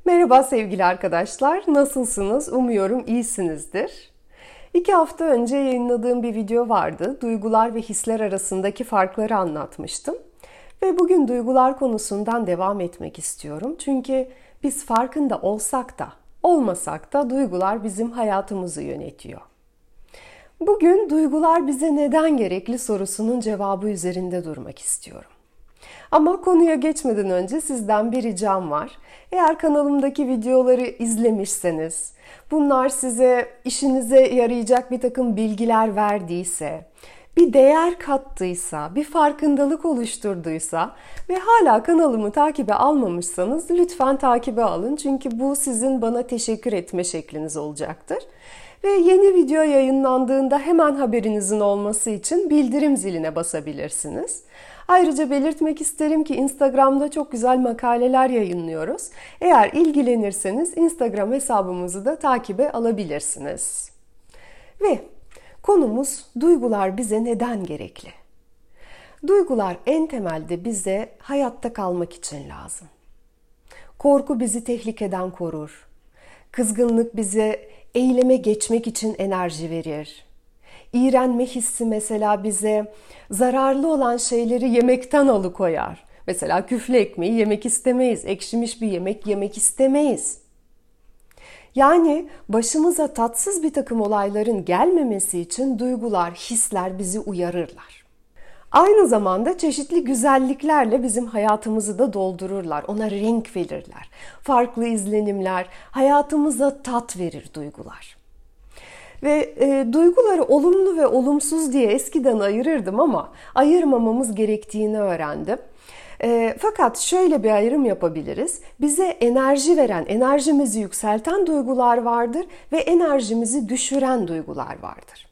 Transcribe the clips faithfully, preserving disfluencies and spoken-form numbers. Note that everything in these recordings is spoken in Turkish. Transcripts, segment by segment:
Merhaba sevgili arkadaşlar, nasılsınız? Umuyorum iyisinizdir. İki hafta önce yayınladığım bir video vardı. Duygular ve hisler arasındaki farkları anlatmıştım. Ve bugün duygular konusundan devam etmek istiyorum. Çünkü biz farkında olsak da, olmasak da duygular bizim hayatımızı yönetiyor. Bugün duygular bize neden gerekli sorusunun cevabı üzerinde durmak istiyorum. Ama konuya geçmeden önce sizden bir ricam var. Eğer kanalımdaki videoları izlemişseniz, bunlar size işinize yarayacak bir takım bilgiler verdiyse, bir değer kattıysa, bir farkındalık oluşturduysa ve hala kanalımı takibe almamışsanız lütfen takibe alın. Çünkü bu sizin bana teşekkür etme şekliniz olacaktır. Ve yeni video yayınlandığında hemen haberinizin olması için bildirim ziline basabilirsiniz. Ayrıca belirtmek isterim ki Instagram'da çok güzel makaleler yayınlıyoruz. Eğer ilgilenirseniz Instagram hesabımızı da takibe alabilirsiniz. Ve konumuz duygular bize neden gerekli? Duygular en temelde bize hayatta kalmak için lazım. Korku bizi tehlikeden korur. Kızgınlık bize eyleme geçmek için enerji verir. İğrenme hissi mesela bize zararlı olan şeyleri yemekten alıkoyar. Mesela küflü ekmeği yemek istemeyiz, ekşimiş bir yemek yemek istemeyiz. Yani başımıza tatsız bir takım olayların gelmemesi için duygular, hisler bizi uyarırlar. Aynı zamanda çeşitli güzelliklerle bizim hayatımızı da doldururlar, ona renk verirler. Farklı izlenimler, hayatımıza tat verir duygular. Ve e, duyguları olumlu ve olumsuz diye eskiden ayırırdım ama ayırmamamız gerektiğini öğrendim. E, fakat şöyle bir ayrım yapabiliriz. Bize enerji veren, enerjimizi yükselten duygular vardır ve enerjimizi düşüren duygular vardır.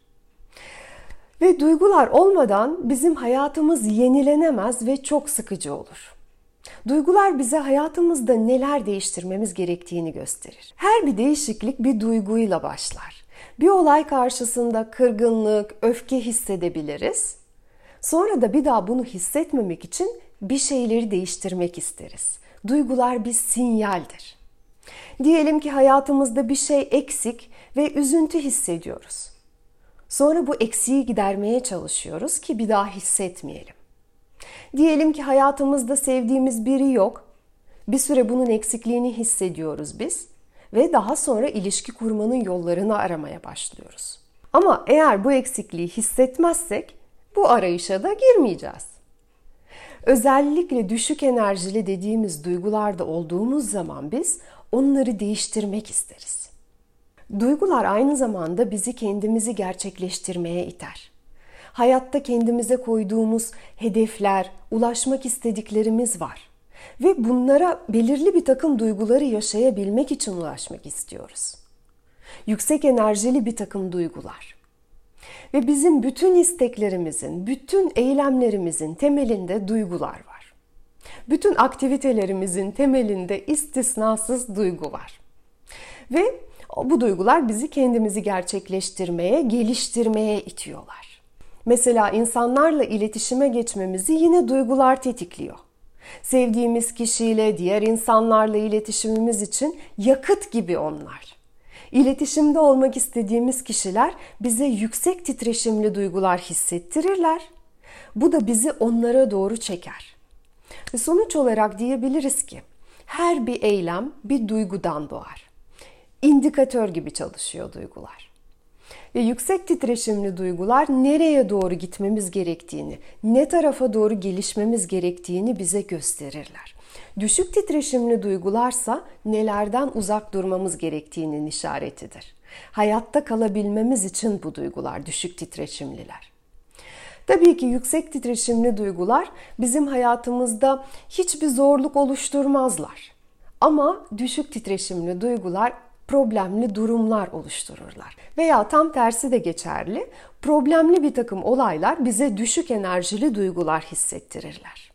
Ve duygular olmadan bizim hayatımız yenilenemez ve çok sıkıcı olur. Duygular bize hayatımızda neler değiştirmemiz gerektiğini gösterir. Her bir değişiklik bir duyguyla başlar. Bir olay karşısında kırgınlık, öfke hissedebiliriz. Sonra da bir daha bunu hissetmemek için bir şeyleri değiştirmek isteriz. Duygular bir sinyaldir. Diyelim ki hayatımızda bir şey eksik ve üzüntü hissediyoruz. Sonra bu eksiği gidermeye çalışıyoruz ki bir daha hissetmeyelim. Diyelim ki hayatımızda sevdiğimiz biri yok. Bir süre bunun eksikliğini hissediyoruz biz. Ve daha sonra ilişki kurmanın yollarını aramaya başlıyoruz. Ama eğer bu eksikliği hissetmezsek bu arayışa da girmeyeceğiz. Özellikle düşük enerjili dediğimiz duygularda olduğumuz zaman biz onları değiştirmek isteriz. Duygular aynı zamanda bizi kendimizi gerçekleştirmeye iter. Hayatta kendimize koyduğumuz hedefler, ulaşmak istediklerimiz var. Ve bunlara belirli bir takım duyguları yaşayabilmek için ulaşmak istiyoruz. Yüksek enerjili bir takım duygular. Ve bizim bütün isteklerimizin, bütün eylemlerimizin temelinde duygular var. Bütün aktivitelerimizin temelinde istisnasız duygu var. Ve bu duygular bizi kendimizi gerçekleştirmeye, geliştirmeye itiyorlar. Mesela insanlarla iletişime geçmemizi yine duygular tetikliyor. Sevdiğimiz kişiyle, diğer insanlarla iletişimimiz için yakıt gibi onlar. İletişimde olmak istediğimiz kişiler bize yüksek titreşimli duygular hissettirirler. Bu da bizi onlara doğru çeker. Ve sonuç olarak diyebiliriz ki her bir eylem bir duygudan doğar. İndikatör gibi çalışıyor duygular. Ve yüksek titreşimli duygular nereye doğru gitmemiz gerektiğini, ne tarafa doğru gelişmemiz gerektiğini bize gösterirler. Düşük titreşimli duygularsa nelerden uzak durmamız gerektiğinin işaretidir. Hayatta kalabilmemiz için bu duygular düşük titreşimliler. Tabii ki yüksek titreşimli duygular bizim hayatımızda hiçbir zorluk oluşturmazlar. Ama düşük titreşimli duygular problemli durumlar oluştururlar. Veya tam tersi de geçerli. Problemli bir takım olaylar bize düşük enerjili duygular hissettirirler.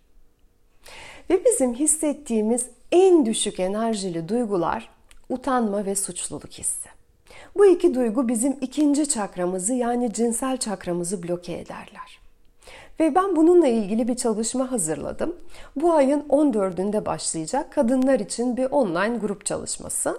Ve bizim hissettiğimiz en düşük enerjili duygular utanma ve suçluluk hissi. Bu iki duygu bizim ikinci çakramızı yani cinsel çakramızı bloke ederler. Ve ben bununla ilgili bir çalışma hazırladım. Bu ayın on dördünde başlayacak kadınlar için bir online grup çalışması.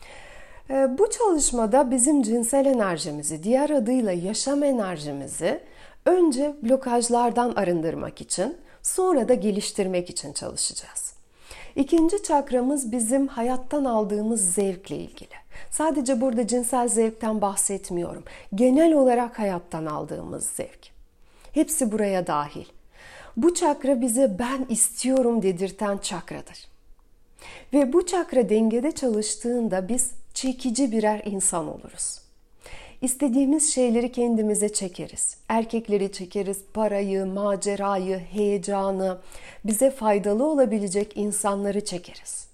Bu çalışmada bizim cinsel enerjimizi, diğer adıyla yaşam enerjimizi önce blokajlardan arındırmak için, sonra da geliştirmek için çalışacağız. İkinci çakramız bizim hayattan aldığımız zevkle ilgili. Sadece burada cinsel zevkten bahsetmiyorum. Genel olarak hayattan aldığımız zevk. Hepsi buraya dahil. Bu çakra bize ben istiyorum dedirten çakradır. Ve bu çakra dengede çalıştığında biz çekici birer insan oluruz. İstediğimiz şeyleri kendimize çekeriz. Erkekleri çekeriz, parayı, macerayı, heyecanı, bize faydalı olabilecek insanları çekeriz.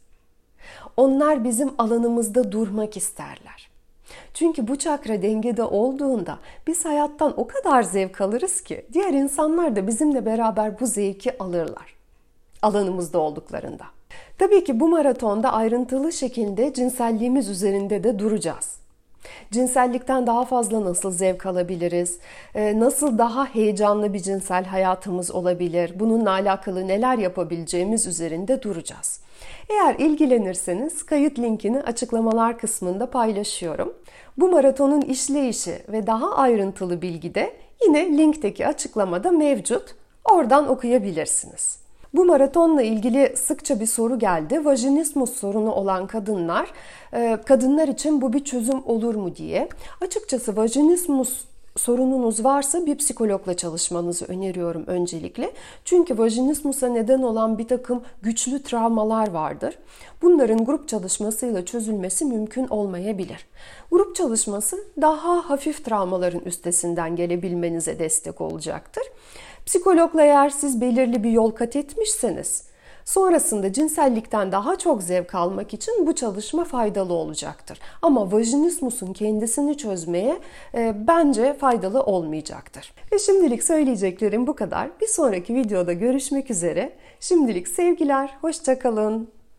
Onlar bizim alanımızda durmak isterler. Çünkü bu çakra dengede olduğunda biz hayattan o kadar zevk alırız ki diğer insanlar da bizimle beraber bu zevki alırlar. Alanımızda olduklarında. Tabii ki bu maratonda ayrıntılı şekilde cinselliğimiz üzerinde de duracağız. Cinsellikten daha fazla nasıl zevk alabiliriz? Nasıl daha heyecanlı bir cinsel hayatımız olabilir? Bununla alakalı neler yapabileceğimiz üzerinde duracağız. Eğer ilgilenirseniz kayıt linkini açıklamalar kısmında paylaşıyorum. Bu maratonun işleyişi ve daha ayrıntılı bilgi de yine linkteki açıklamada mevcut. Oradan okuyabilirsiniz. Bu maratonla ilgili sıkça bir soru geldi. Vajinismus sorunu olan kadınlar, kadınlar için bu bir çözüm olur mu diye. Açıkçası vajinismus sorununuz varsa bir psikologla çalışmanızı öneriyorum öncelikle. Çünkü vajinismusa neden olan bir takım güçlü travmalar vardır. Bunların grup çalışmasıyla çözülmesi mümkün olmayabilir. Grup çalışması daha hafif travmaların üstesinden gelebilmenize destek olacaktır. Psikologla eğer siz belirli bir yol kat etmişseniz, sonrasında cinsellikten daha çok zevk almak için bu çalışma faydalı olacaktır. Ama vajinismusun kendisini çözmeye e, bence faydalı olmayacaktır. Ve şimdilik söyleyeceklerim bu kadar. Bir sonraki videoda görüşmek üzere. Şimdilik sevgiler, hoşça kalın.